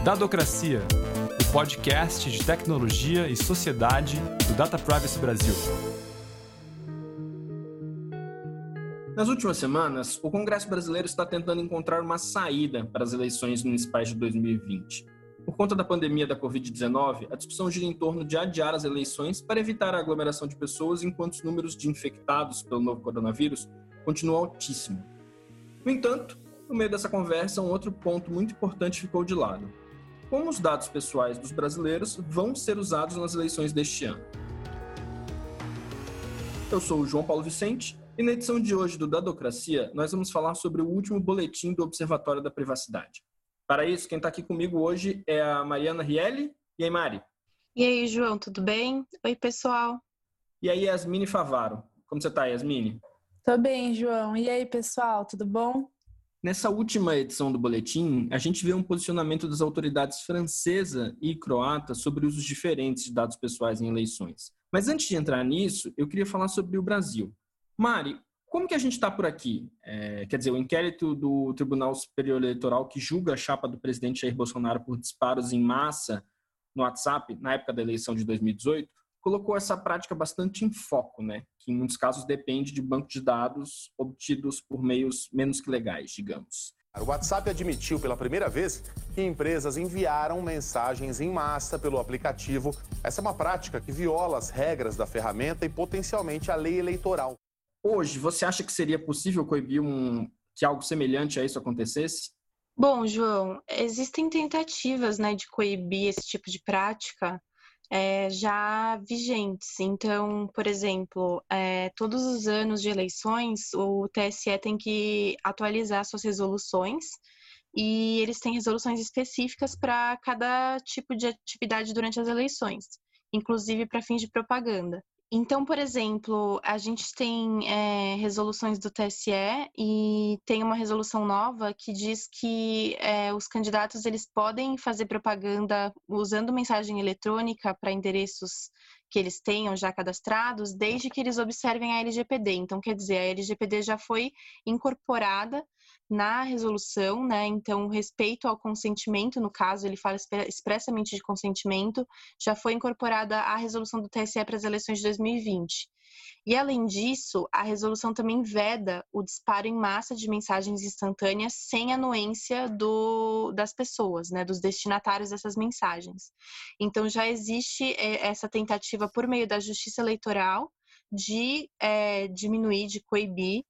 Dadocracia, o podcast de tecnologia e sociedade do Data Privacy Brasil. Nas últimas semanas, o Congresso Brasileiro está tentando encontrar uma saída para as eleições municipais de 2020. Por conta da pandemia da Covid-19, a discussão gira em torno de adiar as eleições para evitar a aglomeração de pessoas enquanto os números de infectados pelo novo coronavírus continuam altíssimos. No entanto, no meio dessa conversa, um outro ponto muito importante ficou de lado. Como os dados pessoais dos brasileiros vão ser usados nas eleições deste ano? Eu sou o João Paulo Vicente e na edição de hoje do Dadocracia nós vamos falar sobre o último boletim do Observatório da Privacidade. Para isso, quem está aqui comigo hoje é a Mariana Rielli. E aí, Mari? E aí, João, tudo bem? Oi, pessoal. E aí, Yasmine Favaro. Como você está, Yasmine? Tô bem, João. E aí, pessoal, tudo bom? Nessa última edição do boletim, a gente vê um posicionamento das autoridades francesa e croata sobre usos diferentes de dados pessoais em eleições. Mas antes de entrar nisso, eu queria falar sobre o Brasil. Mari, como que a gente está por aqui? Quer dizer, o inquérito do Tribunal Superior Eleitoral que julga a chapa do presidente Jair Bolsonaro por disparos em massa no WhatsApp na época da eleição de 2018, colocou essa prática bastante em foco, né? Que em muitos casos depende de banco de dados obtidos por meios menos que legais, digamos. O WhatsApp admitiu pela primeira vez que empresas enviaram mensagens em massa pelo aplicativo. Essa é uma prática que viola as regras da ferramenta e potencialmente a lei eleitoral. Hoje, você acha que seria possível coibir que algo semelhante a isso acontecesse? Bom, João, existem tentativas, né, de coibir esse tipo de prática já vigentes. Então, por exemplo, todos os anos de eleições, o TSE tem que atualizar suas resoluções e eles têm resoluções específicas para cada tipo de atividade durante as eleições, inclusive para fins de propaganda. Então, por exemplo, a gente tem resoluções do TSE e tem uma resolução nova que diz que os candidatos eles podem fazer propaganda usando mensagem eletrônica para endereços que eles tenham já cadastrados, desde que eles observem a LGPD. Então, quer dizer, a LGPD já foi incorporada na resolução, né? Então, respeito ao consentimento, no caso, ele fala expressamente de consentimento, já foi incorporada a resolução do TSE para as eleições de 2020. E, além disso, a resolução também veda o disparo em massa de mensagens instantâneas sem anuência das pessoas, né, dos destinatários dessas mensagens. Então, já existe essa tentativa por meio da Justiça Eleitoral de diminuir, de coibir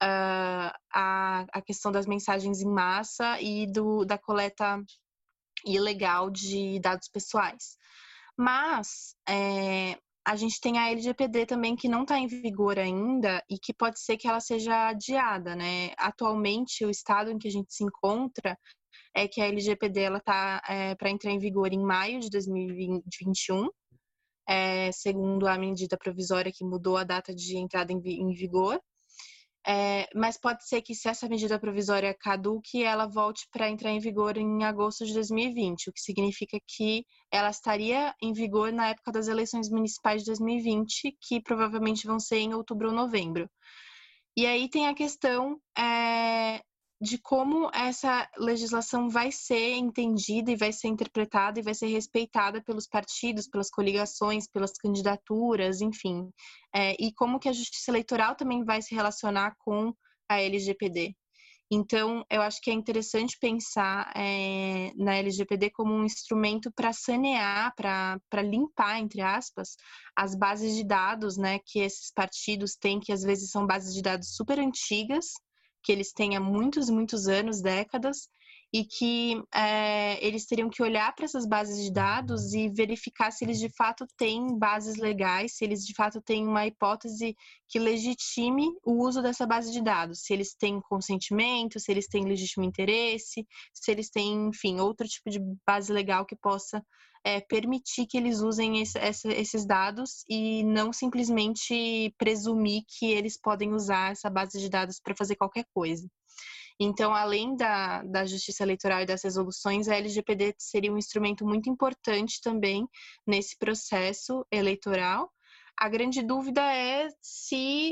a questão das mensagens em massa e da coleta ilegal de dados pessoais. Mas a gente tem a LGPD também que não está em vigor ainda e que pode ser que ela seja adiada, né? Atualmente, o estado em que a gente se encontra é que a LGPD está para entrar em vigor em maio de 2021, segundo a medida provisória que mudou a data de entrada em vigor. Mas pode ser que, se essa medida provisória caduque, ela volte para entrar em vigor em agosto de 2020, o que significa que ela estaria em vigor na época das eleições municipais de 2020, que provavelmente vão ser em outubro ou novembro. E aí tem a questão de como essa legislação vai ser entendida e vai ser interpretada e vai ser respeitada pelos partidos, pelas coligações, pelas candidaturas, enfim. E como que a Justiça Eleitoral também vai se relacionar com a LGPD. Então, eu acho que é interessante pensar na LGPD como um instrumento para sanear, para limpar, entre aspas, as bases de dados, né, que esses partidos têm, que às vezes são bases de dados super antigas, que eles têm há muitos e muitos anos, décadas, e que eles teriam que olhar para essas bases de dados e verificar se eles de fato têm bases legais, se eles de fato têm uma hipótese que legitime o uso dessa base de dados, se eles têm consentimento, se eles têm legítimo interesse, se eles têm, enfim, outro tipo de base legal que possa permitir que eles usem esses dados e não simplesmente presumir que eles podem usar essa base de dados para fazer qualquer coisa. Então, além da Justiça Eleitoral e das resoluções, a LGPD seria um instrumento muito importante também nesse processo eleitoral. A grande dúvida é se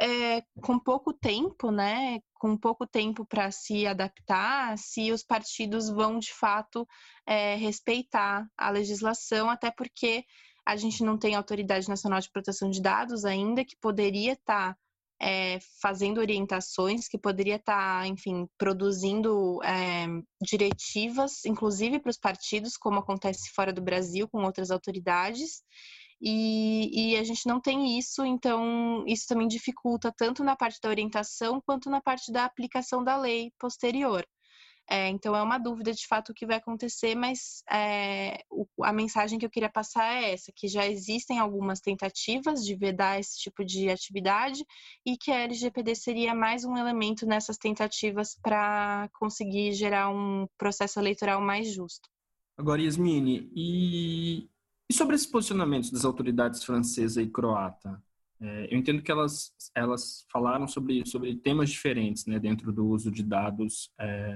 com pouco tempo, né? Com pouco tempo para se adaptar, se os partidos vão de fato respeitar a legislação, até porque a gente não tem Autoridade Nacional de Proteção de Dados ainda, que poderia estar fazendo orientações, que poderia estar, enfim, produzindo diretivas, inclusive para os partidos, como acontece fora do Brasil com outras autoridades. E a gente não tem isso, então isso também dificulta tanto na parte da orientação quanto na parte da aplicação da lei posterior. Então é uma dúvida de fato o que vai acontecer, mas a mensagem que eu queria passar é essa, que já existem algumas tentativas de vedar esse tipo de atividade e que a LGPD seria mais um elemento nessas tentativas para conseguir gerar um processo eleitoral mais justo. Agora, Yasmine, e sobre esses posicionamentos das autoridades francesa e croata? Eu entendo que elas falaram sobre temas diferentes, né, dentro do uso de dados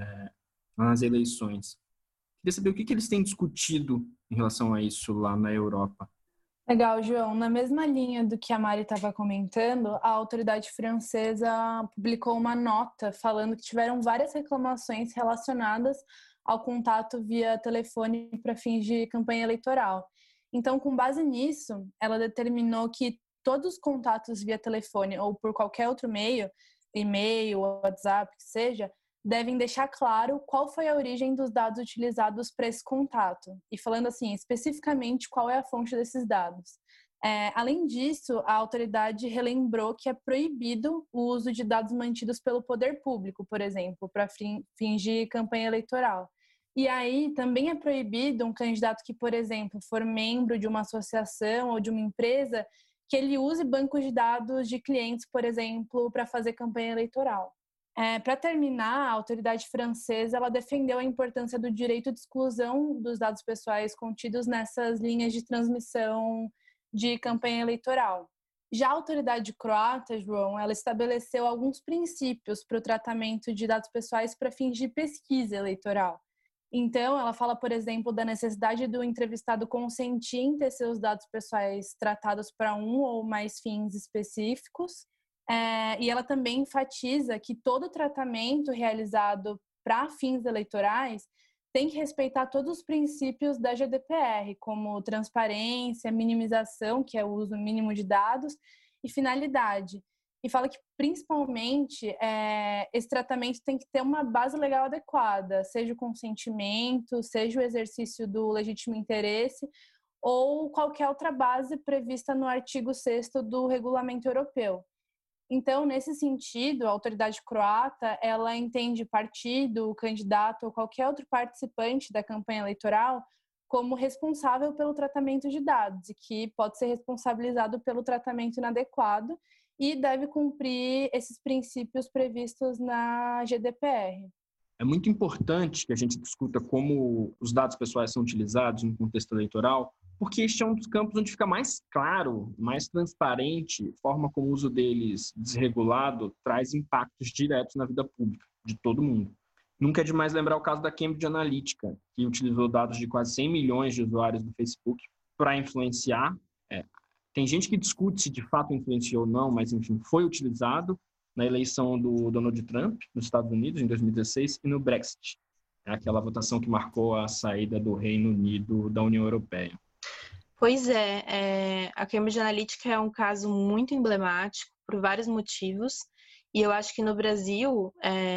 nas eleições. Queria saber o que eles têm discutido em relação a isso lá na Europa. Legal, João. Na mesma linha do que a Mari estava comentando, a autoridade francesa publicou uma nota falando que tiveram várias reclamações relacionadas ao contato via telefone para fins de campanha eleitoral. Então, com base nisso, ela determinou que todos os contatos via telefone ou por qualquer outro meio, e-mail, WhatsApp, que seja, devem deixar claro qual foi a origem dos dados utilizados para esse contato. E falando assim, especificamente qual é a fonte desses dados. Além disso, a autoridade relembrou que é proibido o uso de dados mantidos pelo poder público, por exemplo, para fins de campanha eleitoral. E aí também é proibido um candidato que, por exemplo, for membro de uma associação ou de uma empresa, que ele use bancos de dados de clientes, por exemplo, para fazer campanha eleitoral. Para terminar, a autoridade francesa ela defendeu a importância do direito de exclusão dos dados pessoais contidos nessas linhas de transmissão de campanha eleitoral. Já a autoridade croata, João, ela estabeleceu alguns princípios para o tratamento de dados pessoais para fins de pesquisa eleitoral. Então, ela fala, por exemplo, da necessidade do entrevistado consentir em ter seus dados pessoais tratados para um ou mais fins específicos. E ela também enfatiza que todo tratamento realizado para fins eleitorais tem que respeitar todos os princípios da GDPR, como transparência, minimização, que é o uso mínimo de dados, e finalidade. E fala que, principalmente, esse tratamento tem que ter uma base legal adequada, seja o consentimento, seja o exercício do legítimo interesse, ou qualquer outra base prevista no artigo 6º do Regulamento Europeu. Então, nesse sentido, a autoridade croata, ela entende partido, candidato ou qualquer outro participante da campanha eleitoral como responsável pelo tratamento de dados e que pode ser responsabilizado pelo tratamento inadequado e deve cumprir esses princípios previstos na GDPR. É muito importante que a gente discuta como os dados pessoais são utilizados no contexto eleitoral, porque este é um dos campos onde fica mais claro, mais transparente, a forma como o uso deles desregulado traz impactos diretos na vida pública de todo mundo. Nunca é demais lembrar o caso da Cambridge Analytica, que utilizou dados de quase 100 milhões de usuários do Facebook para influenciar. Tem gente que discute se de fato influenciou ou não, mas enfim, foi utilizado na eleição do Donald Trump nos Estados Unidos em 2016 e no Brexit, aquela votação que marcou a saída do Reino Unido da União Europeia. Pois a Cambridge Analytica é um caso muito emblemático por vários motivos, e eu acho que no Brasil,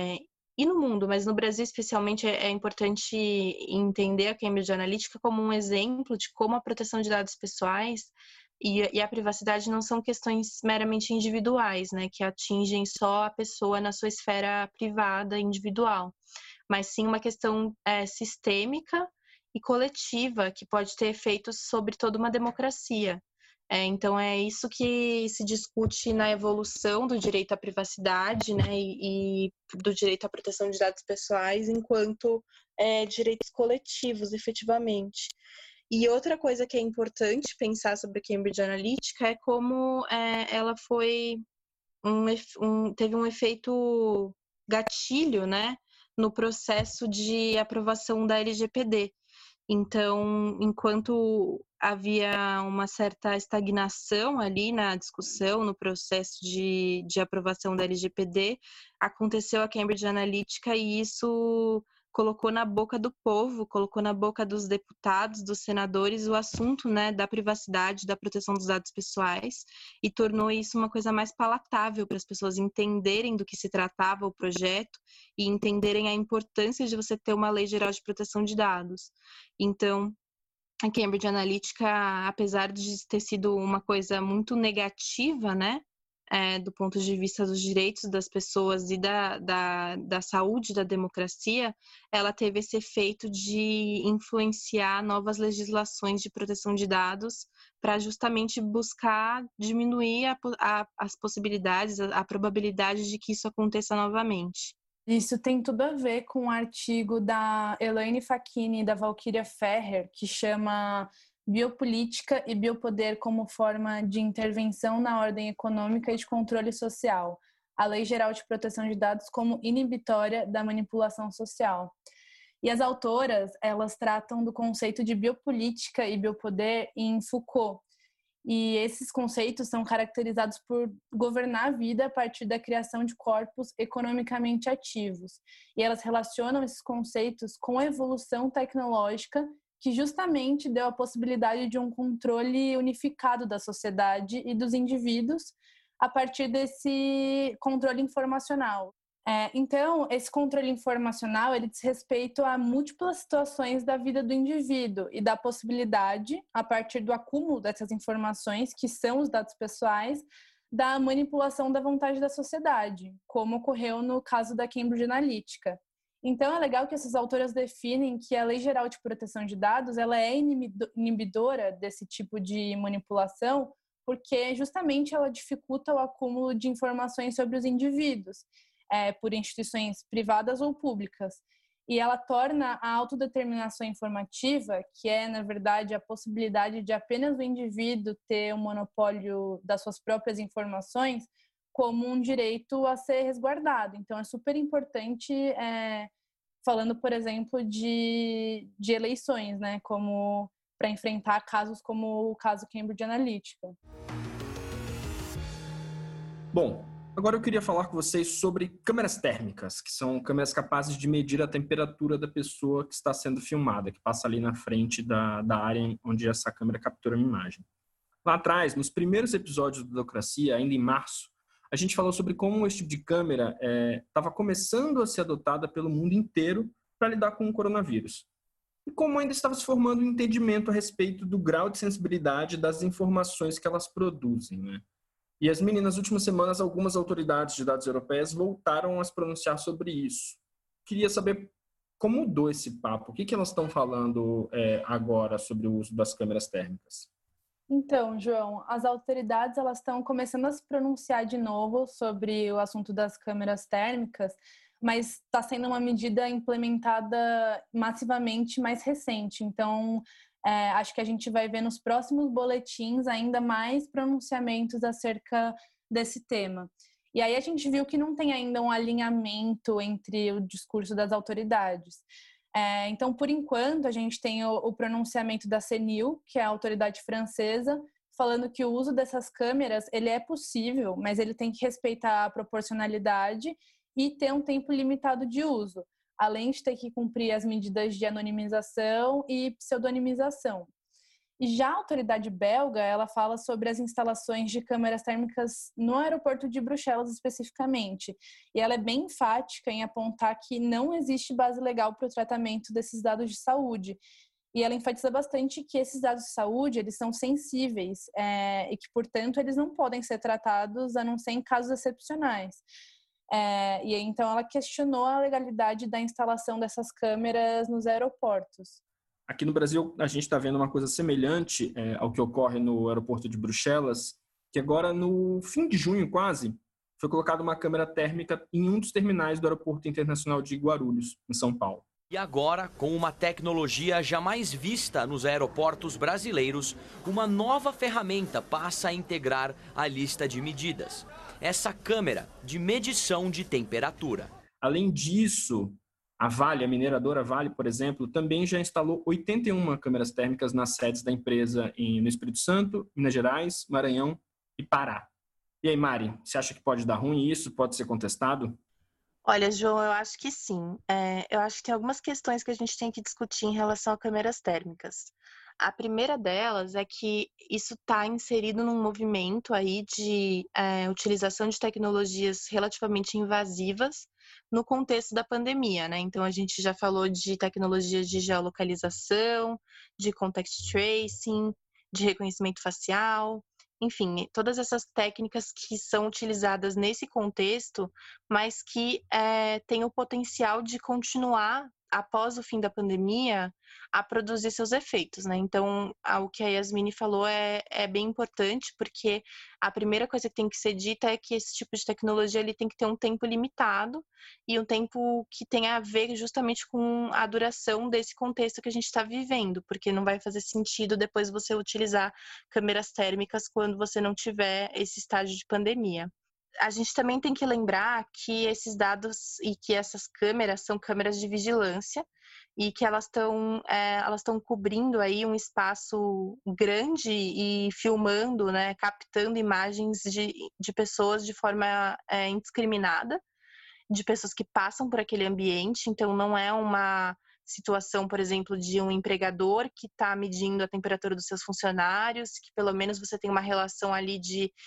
e no mundo, mas no Brasil especialmente, é importante entender a Cambridge Analytica como um exemplo de como a proteção de dados pessoais e a privacidade não são questões meramente individuais, né, que atingem só a pessoa na sua esfera privada, individual, mas sim uma questão sistêmica e coletiva, que pode ter efeitos sobre toda uma democracia. Então, é isso que se discute na evolução do direito à privacidade, né, e do direito à proteção de dados pessoais enquanto direitos coletivos, efetivamente. E outra coisa que é importante pensar sobre a Cambridge Analytica é como ela foi teve um efeito gatilho, né, no processo de aprovação da LGPD. Então, enquanto havia uma certa estagnação ali na discussão, no processo de aprovação da LGPD, aconteceu a Cambridge Analytica e isso colocou na boca do povo, colocou na boca dos deputados, dos senadores, o assunto, né, da privacidade, da proteção dos dados pessoais, e tornou isso uma coisa mais palatável para as pessoas entenderem do que se tratava o projeto e entenderem a importância de você ter uma lei geral de proteção de dados. Então, a Cambridge Analytica, apesar de ter sido uma coisa muito negativa, né, do ponto de vista dos direitos das pessoas e da saúde da democracia, ela teve esse efeito de influenciar novas legislações de proteção de dados para justamente buscar diminuir as possibilidades, a probabilidade de que isso aconteça novamente. Isso tem tudo a ver com um artigo da Elaine Facchini e da Valkyria Ferrer, que chama Biopolítica e Biopoder como forma de intervenção na ordem econômica e de controle social. A Lei Geral de Proteção de Dados como inibitória da manipulação social. E as autoras, elas tratam do conceito de biopolítica e biopoder em Foucault. E esses conceitos são caracterizados por governar a vida a partir da criação de corpos economicamente ativos. E elas relacionam esses conceitos com a evolução tecnológica que justamente deu a possibilidade de um controle unificado da sociedade e dos indivíduos a partir desse controle informacional. Então, esse controle informacional, ele diz respeito a múltiplas situações da vida do indivíduo e da possibilidade, a partir do acúmulo dessas informações, que são os dados pessoais, da manipulação da vontade da sociedade, como ocorreu no caso da Cambridge Analytica. Então, é legal que essas autoras definem que a Lei Geral de Proteção de Dados ela é inibidora desse tipo de manipulação, porque justamente ela dificulta o acúmulo de informações sobre os indivíduos, por instituições privadas ou públicas. E ela torna a autodeterminação informativa, que é, na verdade, a possibilidade de apenas o indivíduo ter o monopólio das suas próprias informações, como um direito a ser resguardado. Então, é super importante, falando, por exemplo, de eleições, né, como para enfrentar casos como o caso Cambridge Analytica. Bom, agora eu queria falar com vocês sobre câmeras térmicas, que são câmeras capazes de medir a temperatura da pessoa que está sendo filmada, que passa ali na frente da área onde essa câmera captura uma imagem. Lá atrás, nos primeiros episódios do Docracia, ainda em março, a gente falou sobre como esse tipo de câmera estava começando a ser adotada pelo mundo inteiro para lidar com o coronavírus. E como ainda estava se formando um entendimento a respeito do grau de sensibilidade das informações que elas produzem, né? E, Yasmine, nas últimas semanas, algumas autoridades de dados europeias voltaram a se pronunciar sobre isso. Queria saber como mudou esse papo. O que elas estão falando agora sobre o uso das câmeras térmicas? Então, João, as autoridades elas estão começando a se pronunciar de novo sobre o assunto das câmeras térmicas, mas está sendo uma medida implementada massivamente mais recente. Então, acho que a gente vai ver nos próximos boletins ainda mais pronunciamentos acerca desse tema. E aí a gente viu que não tem ainda um alinhamento entre o discurso das autoridades. Então, por enquanto, a gente tem o pronunciamento da CNIL, que é a autoridade francesa, falando que o uso dessas câmeras ele é possível, mas ele tem que respeitar a proporcionalidade e ter um tempo limitado de uso, além de ter que cumprir as medidas de anonimização e pseudonimização. E já a autoridade belga, ela fala sobre as instalações de câmeras térmicas no aeroporto de Bruxelas especificamente. E ela é bem enfática em apontar que não existe base legal para o tratamento desses dados de saúde. E ela enfatiza bastante que esses dados de saúde, eles são sensíveis e que, portanto, eles não podem ser tratados a não ser em casos excepcionais. E então ela questionou a legalidade da instalação dessas câmeras nos aeroportos. Aqui no Brasil, a gente está vendo uma coisa semelhante ao que ocorre no aeroporto de Bruxelas, que agora, no fim de junho quase, foi colocada uma câmera térmica em um dos terminais do Aeroporto Internacional de Guarulhos, em São Paulo. E agora, com uma tecnologia jamais vista nos aeroportos brasileiros, uma nova ferramenta passa a integrar a lista de medidas. Essa câmera de medição de temperatura. Além disso, A Vale, a mineradora Vale, por exemplo, também já instalou 81 câmeras térmicas nas sedes da empresa no Espírito Santo, Minas Gerais, Maranhão e Pará. E aí, Mari, você acha que pode dar ruim e isso pode ser contestado? Olha, João, eu acho que sim. Eu acho que tem algumas questões que a gente tem que discutir em relação a câmeras térmicas. A primeira delas é que isso está inserido num movimento aí de utilização de tecnologias relativamente invasivas no contexto da pandemia, né? Então, a gente já falou de tecnologias de geolocalização, de contact tracing, de reconhecimento facial, enfim, todas essas técnicas que são utilizadas nesse contexto, mas que têm o potencial de continuar, após o fim da pandemia, a produzir seus efeitos, né? Então, o que a Yasmine falou é bem importante, porque a primeira coisa que tem que ser dita é que esse tipo de tecnologia ele tem que ter um tempo limitado e um tempo que tenha a ver justamente com a duração desse contexto que a gente está vivendo, porque não vai fazer sentido depois você utilizar câmeras térmicas quando você não tiver esse estágio de pandemia. A gente também tem que lembrar que esses dados e que essas câmeras são câmeras de vigilância e que elas estão cobrindo aí um espaço grande e filmando, né, captando imagens de pessoas de forma indiscriminada, de pessoas que passam por aquele ambiente. Então, não é uma situação, por exemplo, de um empregador que está medindo a temperatura dos seus funcionários, que pelo menos você tem uma relação ali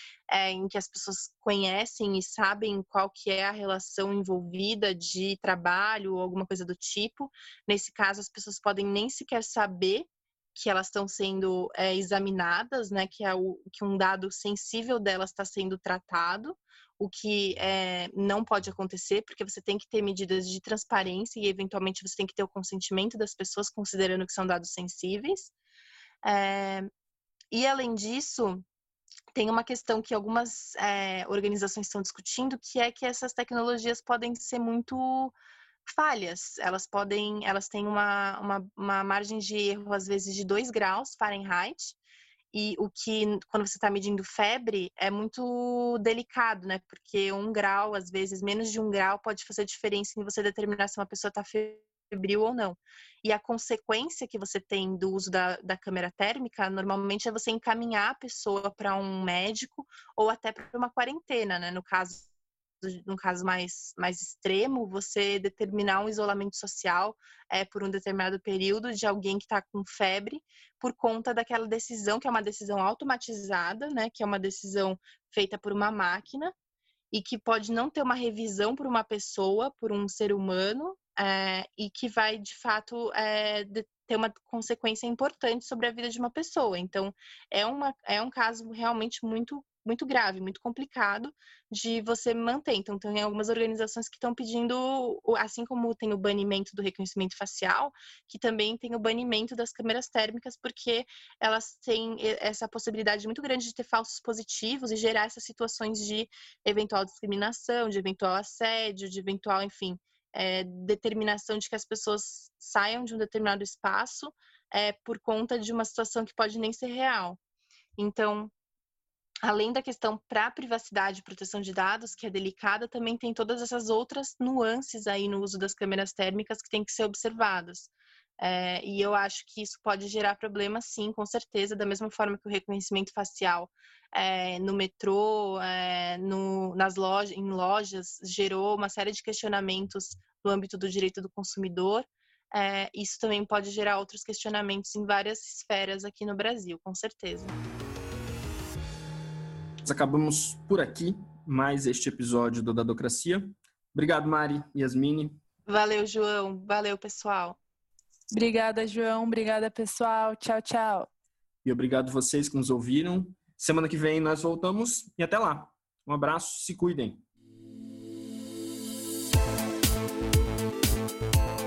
em que as pessoas conhecem e sabem qual que é a relação envolvida de trabalho ou alguma coisa do tipo. Nesse caso, as pessoas podem nem sequer saber que elas estão sendo examinadas, né, que um dado sensível delas está sendo tratado, o que não pode acontecer, porque você tem que ter medidas de transparência e, eventualmente, você tem que ter o consentimento das pessoas, considerando que são dados sensíveis. E, além disso, tem uma questão que algumas organizações estão discutindo, que é que essas tecnologias podem ser muito falhas. Elas têm uma margem de erro, às vezes, de 2 graus Fahrenheit, e o que, quando você está medindo febre, é muito delicado, né? Porque 1 grau, às vezes, menos de 1 grau pode fazer diferença em você determinar se uma pessoa está febril ou não. E a consequência que você tem do uso da câmera térmica, normalmente, é você encaminhar a pessoa para um médico ou até para uma quarentena, né? No caso mais extremo, você determinar um isolamento social por um determinado período de alguém que está com febre por conta daquela decisão, que é uma decisão automatizada, né, que é uma decisão feita por uma máquina e que pode não ter uma revisão por uma pessoa, por um ser humano, e que vai, de fato, ter uma consequência importante sobre a vida de uma pessoa. Então, é um caso realmente muito muito grave, muito complicado de você manter. Então, tem algumas organizações que estão pedindo, assim como tem o banimento do reconhecimento facial, que também tem o banimento das câmeras térmicas, porque elas têm essa possibilidade muito grande de ter falsos positivos e gerar essas situações de eventual discriminação, de eventual assédio, de eventual, enfim, determinação de que as pessoas saiam de um determinado espaço por conta de uma situação que pode nem ser real. Então, além da questão para a privacidade e proteção de dados, que é delicada, também tem todas essas outras nuances aí no uso das câmeras térmicas que tem que ser observadas. E eu acho que isso pode gerar problemas, sim, com certeza, da mesma forma que o reconhecimento facial no metrô, em lojas, gerou uma série de questionamentos no âmbito do direito do consumidor. Isso também pode gerar outros questionamentos em várias esferas aqui no Brasil, com certeza. Nós acabamos por aqui mais este episódio do Dadocracia. Obrigado, Mari, Yasmine. Valeu, João. Valeu, pessoal. Obrigada, João. Obrigada, pessoal. Tchau, tchau. E obrigado vocês que nos ouviram. Semana que vem nós voltamos e até lá. Um abraço, se cuidem.